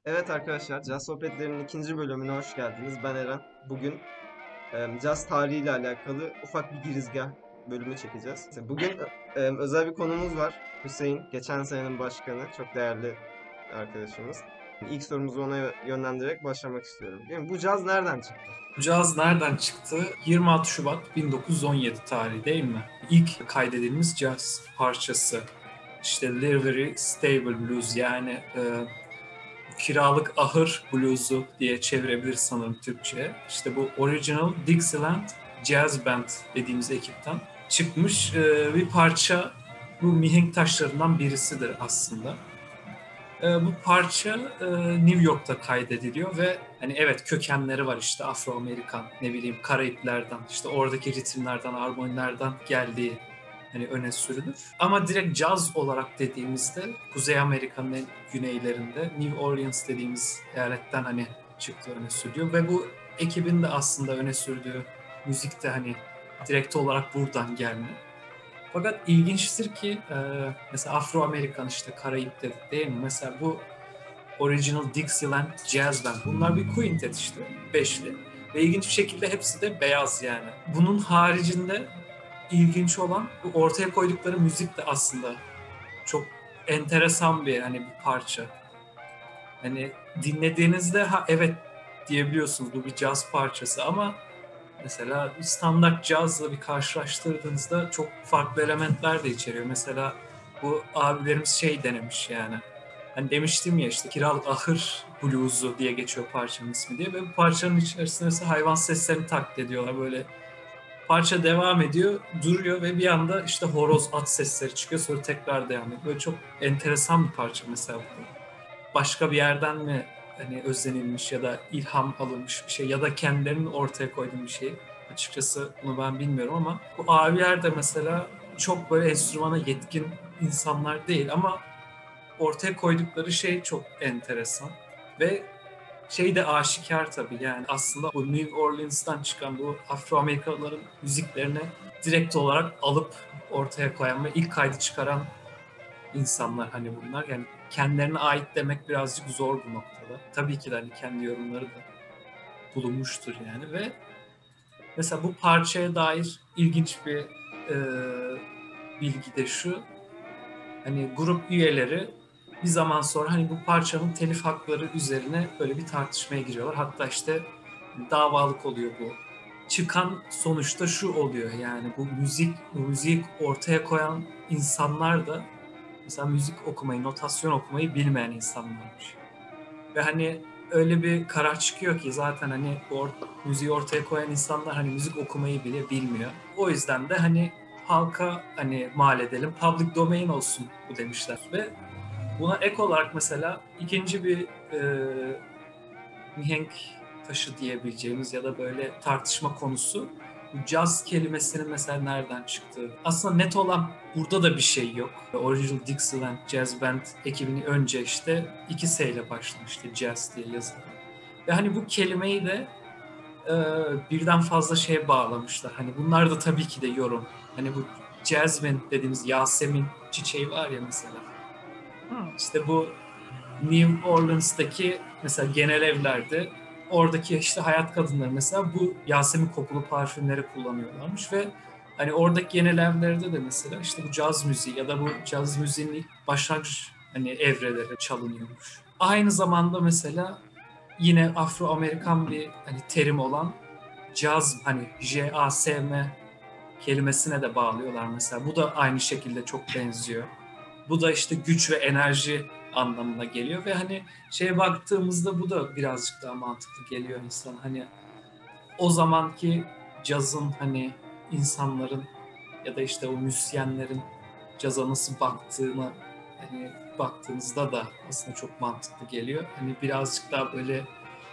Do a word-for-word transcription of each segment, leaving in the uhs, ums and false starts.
Evet arkadaşlar, Caz Sohbetleri'nin ikinci bölümüne hoş geldiniz. Ben Eren. Bugün e, caz tarihiyle alakalı ufak bir girizgah bölümü çekeceğiz. Bugün e, özel bir konumuz var. Hüseyin, geçen senenin başkanı, çok değerli arkadaşımız. İlk sorumuzu ona yö- yönlendirerek başlamak istiyorum. Değil mi? Bu caz nereden çıktı? Bu caz nereden çıktı? yirmi altı Şubat bin dokuz yüz on yedi tarihi değil mi? İlk kaydedilmiş caz parçası. İşte Livery Stable Blues yani e, kiralık ahır bluzu diye çevirebiliriz sanırım Türkçe'ye. İşte bu Original Dixieland Jazz Band dediğimiz ekipten çıkmış e, bir parça. Bu mihenk taşlarından birisidir aslında. E, bu parça e, New York'ta kaydediliyor ve hani evet kökenleri var işte Afro-Amerikan, ne bileyim Karayiplerden, işte oradaki ritimlerden, armonilerden geldiği hani öne sürülür. Ama direkt caz olarak dediğimizde Kuzey Amerika'nın en güneylerinde New Orleans dediğimiz eyaletten hani çıktığı öne sürülüyor ve bu ekibin de aslında öne sürdüğü müzik de hani direkt olarak buradan gelme. Fakat ilginçtir ki e, mesela Afro-Amerikan işte Karayip dedik değil mi? Mesela bu Original Dixieland Jazz Band. Bunlar bir quintet işte. Beşli. Ve ilginç bir şekilde hepsi de beyaz yani. Bunun haricinde ilginç olan bu ortaya koydukları müzik de aslında çok enteresan bir hani bir parça. Hani dinlediğinizde ha evet diyebiliyorsunuz bu bir caz parçası ama mesela standart cazla bir karşılaştırdığınızda çok farklı elementler de içeriyor. Mesela bu abilerimiz şey denemiş yani. Hani demiştim ya işte kiralık ahır bluzu diye geçiyor parçanın ismi diye ve bu parçanın içerisinde mesela hayvan seslerini taklit ediyorlar. Böyle parça devam ediyor, duruyor ve bir anda işte horoz, at sesleri çıkıyor sonra tekrar devam ediyor. Böyle çok enteresan bir parça mesela bu. Başka bir yerden mi hani özlenilmiş ya da ilham alınmış bir şey ya da kendilerinin ortaya koyduğu bir şey. Açıkçası bunu ben bilmiyorum ama bu abiler de mesela çok böyle enstrümana yetkin insanlar değil ama ortaya koydukları şey çok enteresan ve şey de aşikar tabii yani aslında bu New Orleans'tan çıkan bu Afro-Amerikalıların müziklerini direkt olarak alıp ortaya koyan ve ilk kaydı çıkaran insanlar hani bunlar. Yani kendilerine ait demek birazcık zor bu noktada. Tabii ki de hani kendi yorumları da bulunmuştur yani ve mesela bu parçaya dair ilginç bir e, bilgi de şu. Hani grup üyeleri bir zaman sonra hani bu parçanın telif hakları üzerine böyle bir tartışmaya giriyorlar. Hatta işte davalık oluyor bu. Çıkan sonuçta şu oluyor yani bu müzik, bu müziği ortaya koyan insanlar da mesela müzik okumayı, notasyon okumayı bilmeyen insanlarmış. Ve hani öyle bir karar çıkıyor ki zaten hani or müziği ortaya koyan insanlar hani müzik okumayı bile bilmiyor. O yüzden de hani halka hani mal edelim, public domain olsun bu demişler. Ve buna ek olarak mesela ikinci bir e, mihenk taşı diyebileceğimiz ya da böyle tartışma konusu bu caz kelimesinin mesela nereden çıktığı. Aslında net olan burada da bir şey yok. Original Dixieland Jazz Band ekibini önce işte iki S ile başlamıştı jazz diye yazılan. Ve hani bu kelimeyi de e, birden fazla şeye bağlamışlar. Hani bunlar da tabii ki de yorum. Hani bu jasmine dediğimiz Yasemin çiçeği var ya mesela. Hı. İşte bu New Orleans'taki mesela genel evlerde oradaki işte hayat kadınları mesela bu Yasemin kokulu parfümleri kullanıyorlarmış ve hani oradaki genel evlerde de mesela işte bu caz müziği ya da bu caz müziğinin ilk başlangıç hani evreleri çalınıyormuş. Aynı zamanda mesela yine Afro-Amerikan bir hani terim olan caz hani J A S M kelimesine de bağlıyorlar mesela. Bu da aynı şekilde çok benziyor. Bu da işte güç ve enerji anlamına geliyor ve hani şeye baktığımızda bu da birazcık daha mantıklı geliyor insan. Hani o zamanki cazın hani insanların ya da işte o müzisyenlerin caza nasıl baktığını hani baktığınızda da aslında çok mantıklı geliyor. Hani birazcık daha böyle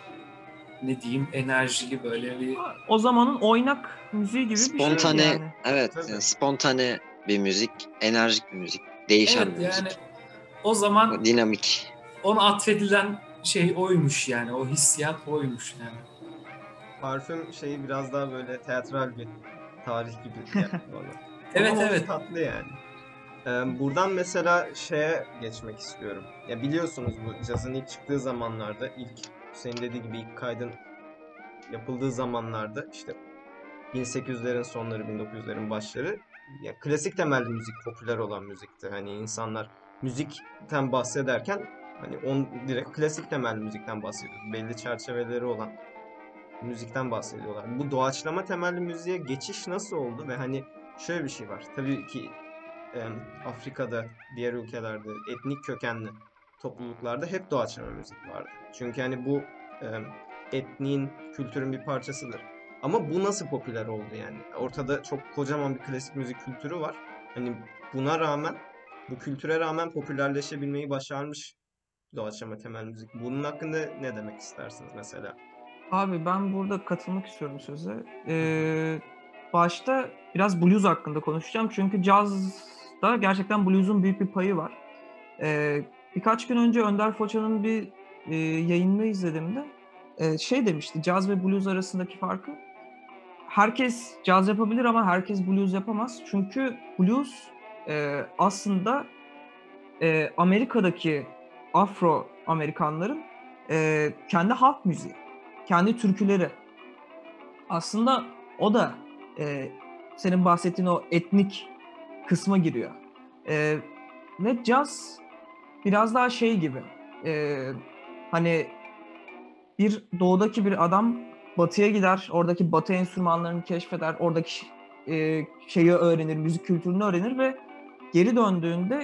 ne diyeyim enerjili böyle bir O zamanın oynak müziği gibi bir şeydi Spontane, yani. evet, Tabii. yani spontane bir müzik, enerjik bir müzik, değişen evet bir yani müzik, o zaman dinamik. ona atfedilen şey oymuş yani o hissiyat oymuş yani. Parfüm şeyi biraz daha böyle teatral bir tarih gibi geldi bana. Ama Evet hoş, evet. tatlı yani. Ee, buradan mesela şeye geçmek istiyorum. Ya biliyorsunuz bu cazın ilk çıktığı zamanlarda, ilk senin dediği gibi ilk kaydın yapıldığı zamanlarda işte bin sekiz yüzlerin sonları, bin dokuz yüzlerin başları ya klasik temelli müzik popüler olan müzikti. Hani insanlar müzikten bahsederken hani on direkt klasik temelli müzikten bahsediyor. Belli çerçeveleri olan müzikten bahsediyorlar. Bu doğaçlama temelli müziğe geçiş nasıl oldu ve hani şöyle bir şey var. Tabii ki em, Afrika'da, diğer ülkelerde, etnik kökenli topluluklarda hep doğaçlama müzik vardı. Çünkü hani bu em, etniğin, kültürün bir parçasıdır. Ama bu nasıl popüler oldu yani? Ortada çok kocaman bir klasik müzik kültürü var. Hani buna rağmen, bu kültüre rağmen popülerleşebilmeyi başarmış doğaçlama temel müzik. Bunun hakkında ne demek istersiniz mesela? Abi ben burada katılmak istiyorum söze. Hı hı. Ee, başta biraz blues hakkında konuşacağım. Çünkü cazda gerçekten blues'un büyük bir payı var. Ee, birkaç gün önce Önder Foça'nın bir e, yayınını izlediğimde e, şey demişti, caz ve blues arasındaki farkı. Herkes caz yapabilir ama herkes blues yapamaz. Çünkü blues e, aslında e, Amerika'daki Afro Amerikanların e, kendi halk müziği, kendi türküleri. Aslında o da e, senin bahsettiğin o etnik kısma giriyor. E, ve caz biraz daha şey gibi. e, hani bir doğudaki bir adam batıya gider, oradaki batı enstrümanlarını keşfeder, oradaki e, şeyi öğrenir, müzik kültürünü öğrenir ve geri döndüğünde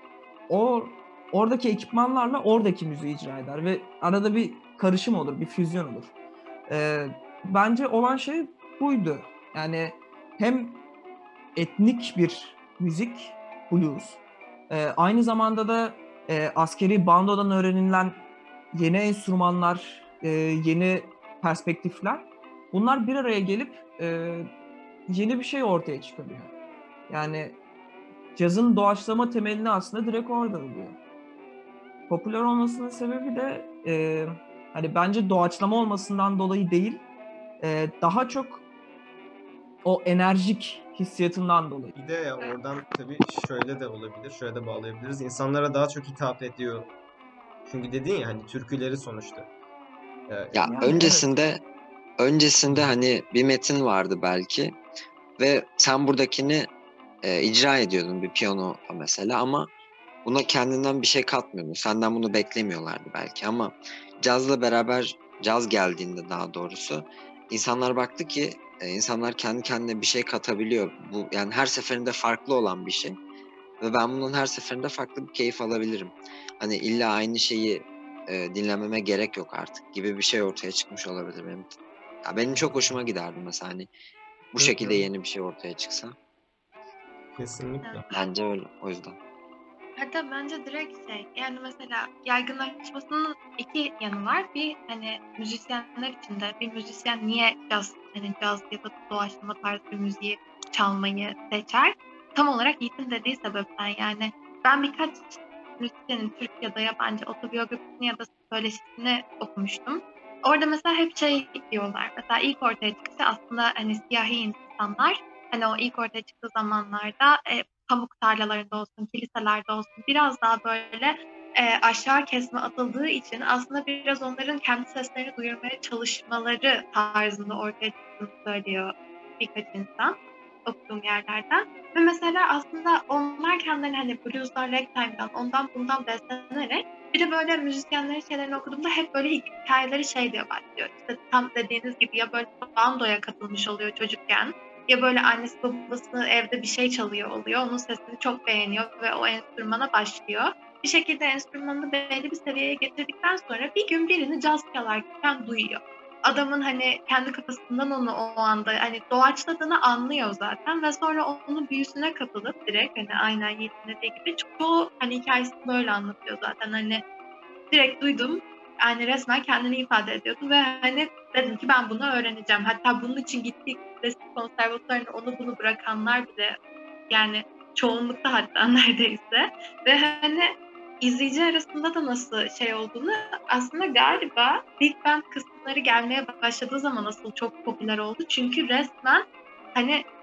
o oradaki ekipmanlarla oradaki müziği icra eder ve arada bir karışım olur, bir füzyon olur. Ee, bence olan şey buydu. Yani hem etnik bir müzik, blues, ee, aynı zamanda da e, askeri bandodan öğrenilen yeni enstrümanlar, e, yeni perspektifler, bunlar bir araya gelip e, yeni bir şey ortaya çıkarıyor. Yani cazın doğaçlama temelini aslında direkt orada buluyor. Popüler olmasının sebebi de e, hani bence doğaçlama olmasından dolayı değil, e, daha çok o enerjik hissiyatından dolayı. Bir de ya oradan tabii şöyle de olabilir, şöyle de bağlayabiliriz. İnsanlara daha çok hitap ediyor. Çünkü dedin ya hani türküleri sonuçta. Ee, Ya Yani evet. öncesinde öncesinde hani bir metin vardı belki ve sen buradakini e, icra ediyordun bir piyano mesela ama buna kendinden bir şey katmıyordun. Senden bunu beklemiyorlardı belki ama cazla beraber caz geldiğinde daha doğrusu insanlar baktı ki e, insanlar kendi kendine bir şey katabiliyor. Bu yani her seferinde farklı olan bir şey ve ben bunun her seferinde farklı bir keyif alabilirim. Hani illa aynı şeyi e, dinlememe gerek yok artık gibi bir şey ortaya çıkmış olabilir benim. Ya benim çok hoşuma giderdi mesela hani bu hı şekilde hı, yeni bir şey ortaya çıksa. kesinlikle. Bence öyle o yüzden. Hatta bence direkt şey, yani mesela yaygınlaşmasının iki yanı var. Bir, hani müzisyenler için de bir müzisyen niye caz, hani caz ya da doğaçlama tarzı bir müziği çalmayı seçer? Tam olarak Yiğit'in dediği sebepten, yani ben birkaç müzisyenin Türk ya da yabancı otobiyografisini ya da söyleşisini okumuştum. Orada mesela hep şey diyorlar. Mesela ilk ortaya çıkışı aslında hani siyahi insanlar, hani o ilk ortaya çıktığı zamanlarda e, pamuk tarlalarında olsun, kiliselerde olsun biraz daha böyle e, aşağı kesme atıldığı için aslında biraz onların kendi seslerini duyurmaya çalışmaları tarzında ortaya çıktığını söylüyor birkaç insan okuduğum yerlerden. Ve mesela aslında onlar kendilerini hani blues'dan, ragtime'dan, ondan bundan beslenerek bir de böyle müzisyenlerin şeylerini okuduğumda hep böyle hikayeleri şey diye başlıyor. İşte tam dediğiniz gibi ya böyle bandoya katılmış oluyor çocukken, ya böyle annesi babası evde bir şey çalıyor oluyor. Onun sesini çok beğeniyor ve o enstrümana başlıyor. Bir şekilde enstrümanını belli bir seviyeye getirdikten sonra bir gün birini caz çalarken duyuyor. Adamın hani kendi kafasından onu o anda hani doğaçladığını anlıyor zaten ve sonra onun büyüsüne kapılıp direkt hani aynen Yiğit'in dediği gibi çoğu hani hikayesini böyle anlatıyor zaten, hani direkt duydum. Yani resmen kendini ifade ediyordu ve hani dedim ki ben bunu öğreneceğim. Hatta bunun için gittik klasik konservatuvarına onu bunu bırakanlar bile, yani çoğunlukta hatta neredeyse. Ve hani izleyici arasında da nasıl şey olduğunu aslında galiba Big Band kısımları gelmeye başladığı zaman asıl çok popüler oldu. Çünkü resmen hani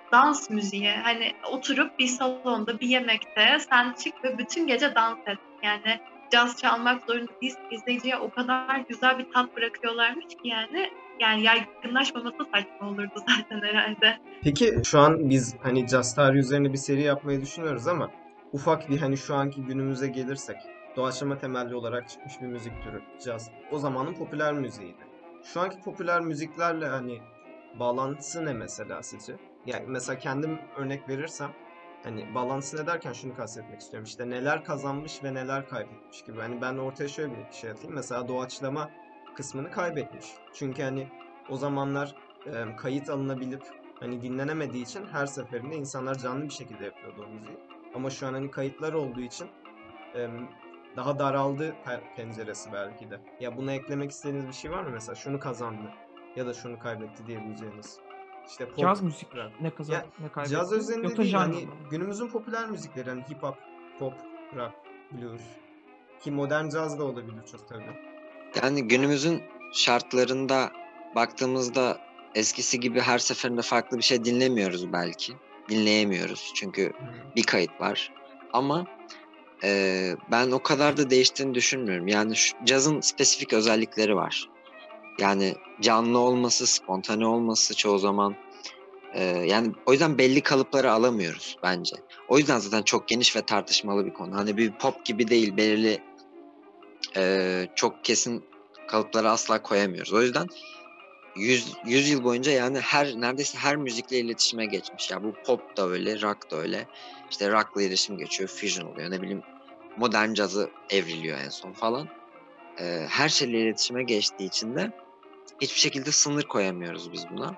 dans müziği. Hani oturup bir salonda bir yemekte sen çık ve bütün gece dans et. Yani caz çalmak zorunda değilsin. İzleyiciye o kadar güzel bir tat bırakıyorlarmış ki yani yani yaygınlaşmaması saçma olurdu zaten herhalde. Peki şu an biz hani caz tarihi üzerine bir seri yapmayı düşünüyoruz ama ufak bir hani şu anki günümüze gelirsek doğaçlama temelli olarak çıkmış bir müzik türü caz. O zamanın popüler müziğiydi. Şu anki popüler müziklerle hani bağlantısı ne mesela sizce? Yani mesela kendim örnek verirsem hani bağlantısı ne derken şunu kastetmek istiyorum. İşte neler kazanmış ve neler kaybetmiş gibi. Hani ben ortaya şöyle bir şey atayım. Mesela doğaçlama kısmını kaybetmiş. Çünkü hani o zamanlar e, kayıt alınabilip hani dinlenemediği için her seferinde insanlar canlı bir şekilde yapıyordu o müziği. Ama şu an hani kayıtlar olduğu için em, daha daraldı pe- penceresi belki de. Ya buna eklemek istediğiniz bir şey var mı mesela? Şunu kazandı ya da şunu kaybetti diyebileceğiniz. İşte pop, Caz müzik rock. ne kazan Ya ne caz kaybetti? özelinde Yoksa değil janra hani mı? günümüzün popüler müzikleri hani hip hop, pop, rock, blues ki modern caz da olabilir çok tabii. Yani günümüzün şartlarında baktığımızda eskisi gibi her seferinde farklı bir şey dinlemiyoruz belki. Dinleyemiyoruz çünkü Hı. bir kayıt var. Ama e, ben o kadar da değiştiğini düşünmüyorum. Yani şu, cazın spesifik özellikleri var. Yani canlı olması, spontane olması çoğu zaman. e, yani o yüzden belli kalıpları alamıyoruz bence. O yüzden zaten çok geniş ve tartışmalı bir konu. Hani bir pop gibi değil, belirli e, çok kesin kalıpları asla koyamıyoruz. O yüzden yüz yüz yıl boyunca yani her neredeyse her müzikle iletişime geçmiş. Ya bu pop da öyle, rock da öyle. İşte rock'la iletişim geçiyor, fusion oluyor. Ne bileyim modern cazı evriliyor en son falan. E, her şeyle iletişime geçtiği için de hiçbir şekilde sınır koyamıyoruz biz buna.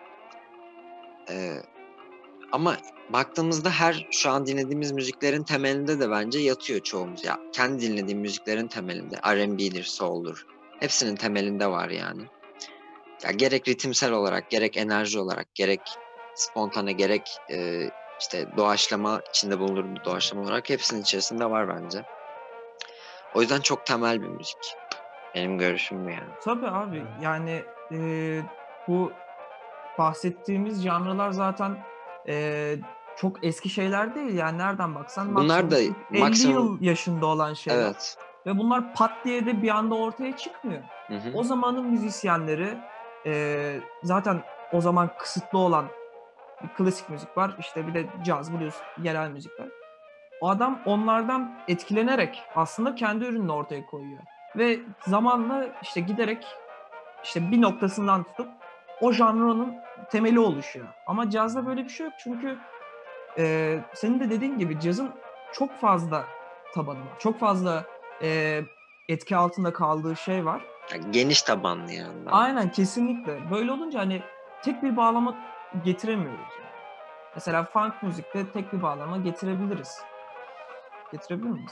E, Ama baktığımızda her şu an dinlediğimiz müziklerin temelinde de bence yatıyor çoğumuz. Ya kendi dinlediğim müziklerin temelinde R and B'dir, soul'dur. Hepsinin temelinde var yani. Ya gerek ritimsel olarak, gerek enerji olarak, gerek spontane, gerek e, işte doğaçlama içinde bulunduğu doğaçlama olarak hepsinin içerisinde var bence. O yüzden çok temel bir müzik. Benim görüşüm bu yani. Tabii abi Evet. yani eee, bu bahsettiğimiz janralar zaten eee, çok eski şeyler değil. Yani nereden baksan Bunlar maksimum da kırk elli maksimum yıl yaşında olan şeyler. evet. Ve bunlar pat diye de bir anda ortaya çıkmıyor. Hı hı. O zamanın müzisyenleri eee, zaten o zaman kısıtlı olan bir klasik müzik var. İşte bir de caz, blues, yerel müzikler. O adam onlardan etkilenerek aslında kendi ürününü ortaya koyuyor. Ve zamanla işte giderek işte bir noktasından tutup o janranın temeli oluşuyor. Ama cazda böyle bir şey yok çünkü eee, senin de dediğin gibi cazın çok fazla tabanı var. Çok fazla eee, etki altında kaldığı şey var. Ya geniş tabanlı yani. Daha. Aynen kesinlikle. Böyle olunca hani tek bir bağlama getiremiyoruz yani. Mesela funk müzikte tek bir bağlama getirebiliriz. Getirebilir miyiz?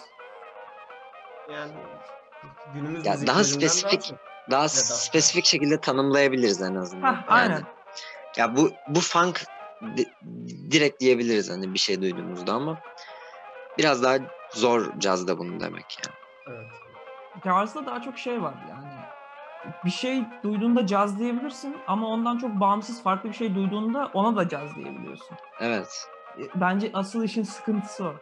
Yani günümüz Ya daha müziklerinden daha spesifik, çok. daha Ya da spesifik şekilde tanımlayabiliriz en azından. Hah, Yani aynen. ya bu bu funk di- direkt diyebiliriz hani bir şey duyduğumuzda ama biraz daha zor cazda bunu demek yani. evet. Cazda daha çok şey var yani. Bir şey duyduğunda caz diyebilirsin ama ondan çok bağımsız farklı bir şey duyduğunda ona da caz diyebiliyorsun. Evet. E, Bence asıl işin sıkıntısı o.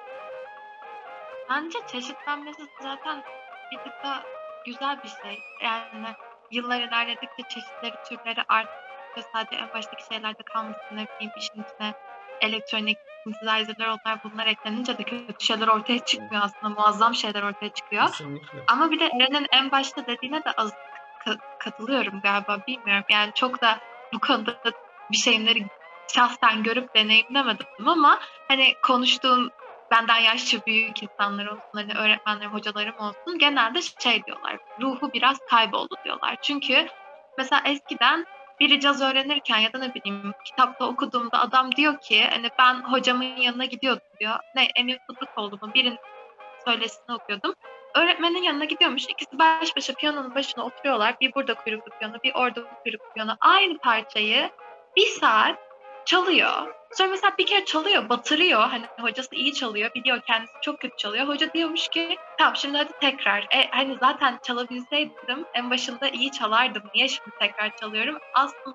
Bence çeşitlenmesi zaten bir tık da güzel bir şey. Yani yıllar ilerledikçe çeşitleri, türleri arttıkça sadece en baştaki şeylerde kalmasın, ne bileyim işin içine elektronik synthesizer'lar onlar bunlar eklenince de kötü şeyler ortaya çıkmıyor aslında. Muazzam şeyler ortaya çıkıyor. Kesinlikle. Ama bir de Eren'in en başta dediğine de az ka- katılıyorum galiba, bilmiyorum. Yani çok da bu konuda bir şeyleri şahsen görüp deneyimlemedim ama hani konuştuğum benden yaşça büyük insanlar olsun, hani öğretmenlerim, hocalarım olsun genelde şey diyorlar, ruhu biraz kayboldu diyorlar. Çünkü mesela eskiden biri caz öğrenirken ya da ne bileyim kitapta okuduğumda adam diyor ki hani ben hocamın yanına gidiyordum diyor. Ne Emin Fıtıkoğlu mu birinin söyleşisini okuyordum. Öğretmenin yanına gidiyormuş. İkisi baş başa piyanonun başına oturuyorlar. Bir burada kuyruklu piyano, bir orada kuyruklu piyano. Aynı parçayı bir saat çalıyor. Sonra mesela bir kere çalıyor, batırıyor. Hani hocası iyi çalıyor, biliyor kendisi çok kötü çalıyor. Hoca diyormuş ki tamam şimdi hadi tekrar. E, hani zaten çalabilseydim en başında iyi çalardım. Niye şimdi tekrar çalıyorum? Aslında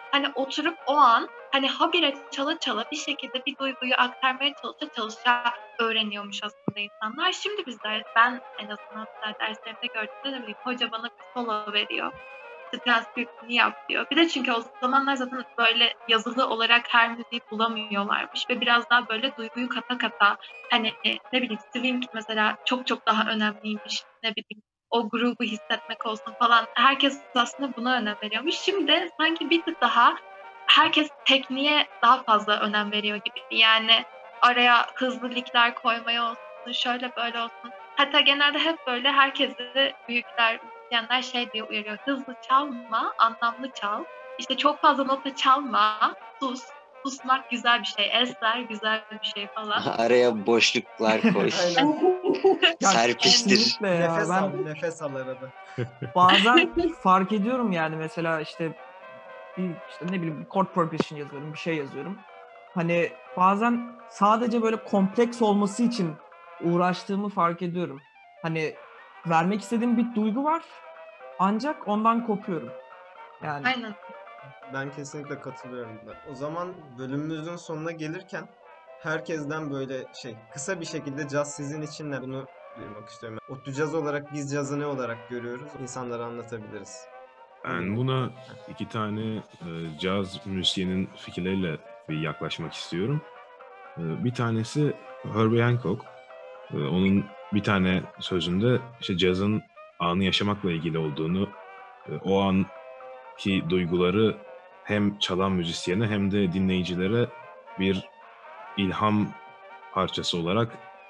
hani oturup o an hani habire çala çala bir şekilde bir duyguyu aktarmaya çalışa çalışa öğreniyormuş aslında insanlar. Şimdi bizler, ben en azından derslerimde gördüğümde ne bileyim hoca bana bir solo veriyor. İşte transkriptini yap diyor. Bir de çünkü o zamanlar zaten böyle yazılı olarak her müziği bulamıyorlarmış ve biraz daha böyle duyguyu kata kata hani ne bileyim swing mesela çok çok daha önemliymiş. Ne bileyim o grubu hissetmek olsun falan. Herkes aslında buna önem veriyormuş. Şimdi sanki bir tık daha herkes tekniğe daha fazla önem veriyor gibi. Yani araya hızlı lickler koymaya olsun, şöyle böyle olsun. Hatta genelde hep böyle herkesi büyükler, müzisyenler şey diye uyarıyor. Hızlı çalma, anlamlı çal. İşte çok fazla nota çalma, sus. Susmak güzel bir şey, esler güzel bir şey falan. Araya boşluklar koy. Aynen. Ya Serpiştir. kesinlikle ya. Nefes Ben al, nefes al arada. bazen fark ediyorum yani mesela işte bir işte ne bileyim bir chord progression yazıyorum, bir şey yazıyorum. Hani bazen sadece böyle kompleks olması için uğraştığımı fark ediyorum. Hani vermek istediğim bir duygu var ancak ondan kopuyorum. Yani Aynen. Ben kesinlikle katılıyorum buna. O zaman bölümümüzün sonuna gelirken herkesten böyle şey kısa bir şekilde caz sizin için ne bunu duymak istiyorum. ODTÜ Caz olarak biz cazı ne olarak görüyoruz? İnsanlara anlatabiliriz. Ben buna iki tane e, caz müzisyenin fikirleriyle bir yaklaşmak istiyorum. E, bir tanesi Herbie Hancock. E, onun bir tane sözünde işte cazın anı yaşamakla ilgili olduğunu, e, o anki duyguları hem çalan müzisyene hem de dinleyicilere bir ilham parçası olarak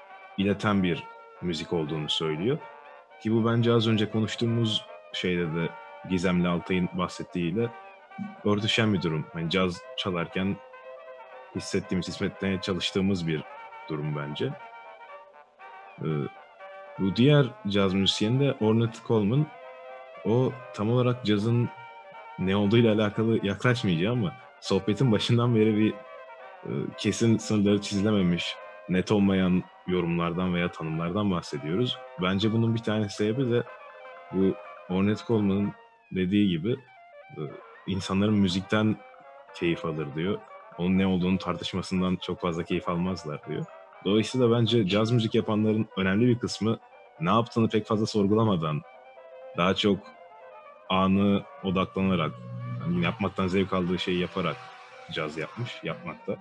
ileten bir müzik olduğunu söylüyor. Ki bu bence az önce konuştuğumuz şeyde de Gizem'le Altay'ın bahsettiğiyle örtüşen bir durum. Yani caz çalarken hissettiğimiz, hissetmeye çalıştığımız bir durum bence. Ee, bu diğer caz müzisyeni de Ornette Coleman. O tam olarak cazın ne olduğuyla alakalı yaklaşmayacağım ama sohbetin başından beri bir e, kesin sınırları çizilememiş, net olmayan yorumlardan veya tanımlardan bahsediyoruz. Bence bunun bir tane sebebi de bu Ornette Coleman'ın dediği gibi e, insanların müzikten keyif alır diyor. Onun ne olduğunu tartışmasından çok fazla keyif almazlar diyor. Dolayısıyla bence caz müzik yapanların önemli bir kısmı ne yaptığını pek fazla sorgulamadan, daha çok anı odaklanarak, yani yapmaktan zevk aldığı şeyi yaparak caz yapmış, yapmakta.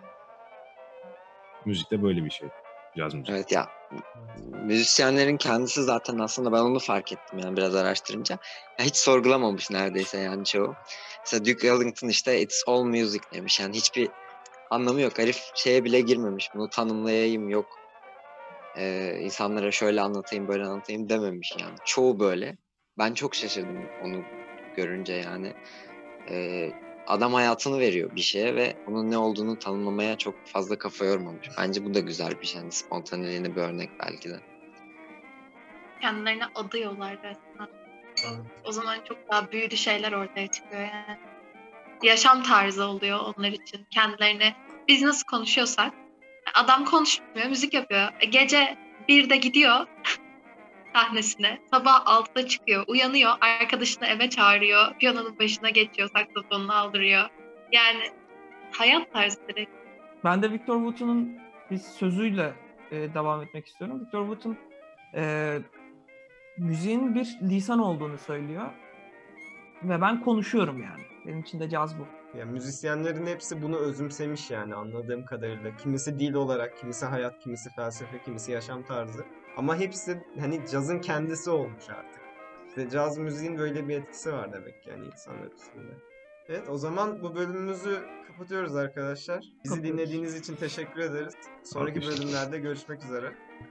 Müzik de böyle bir şey. Caz müzik. Evet ya, müzisyenlerin kendisi zaten aslında ben onu fark ettim yani biraz araştırınca. Ya hiç sorgulamamış neredeyse yani çoğu. Mesela Duke Ellington işte it's all music demiş yani hiçbir anlamı yok. Herif şeye bile girmemiş, bunu tanımlayayım yok. Ee, insanlara şöyle anlatayım böyle anlatayım dememiş yani. Çoğu böyle. Ben çok şaşırdım onu görünce yani. Ee, adam hayatını veriyor bir şeye ve onun ne olduğunu tanımlamaya çok fazla kafa yormamış. Bence bu da güzel bir şey. Yani spontaneliğine bir örnek belki de. Kendilerine adıyorlar resmen. O zaman çok daha büyülü şeyler ortaya çıkıyor yani. Yaşam tarzı oluyor onlar için. Kendilerine biz nasıl konuşuyorsak adam konuşmuyor, müzik yapıyor. E, Gece birde gidiyor sahnesine. Sabah altıda çıkıyor, uyanıyor, arkadaşını eve çağırıyor, piyanonun başına geçiyor, saksafonunu aldırıyor. Yani hayat tarzı direkt. ben de Victor Wooten'un bir sözüyle e, devam etmek istiyorum. Victor Wooten e, müziğin bir lisan olduğunu söylüyor. Ve ben konuşuyorum yani. Benim için de caz bu. Ya müzisyenlerin hepsi bunu özümsemiş yani anladığım kadarıyla. Kimisi dil olarak, kimisi hayat, kimisi felsefe, kimisi yaşam tarzı. Ama hepsi hani cazın kendisi olmuş artık. İşte caz müziğin böyle bir etkisi var demek yani insanlar üstünde. Evet, o zaman bu bölümümüzü kapatıyoruz arkadaşlar. Bizi Kapatıyoruz. dinlediğiniz için teşekkür ederiz. Sonraki Alkışlar. bölümlerde görüşmek üzere.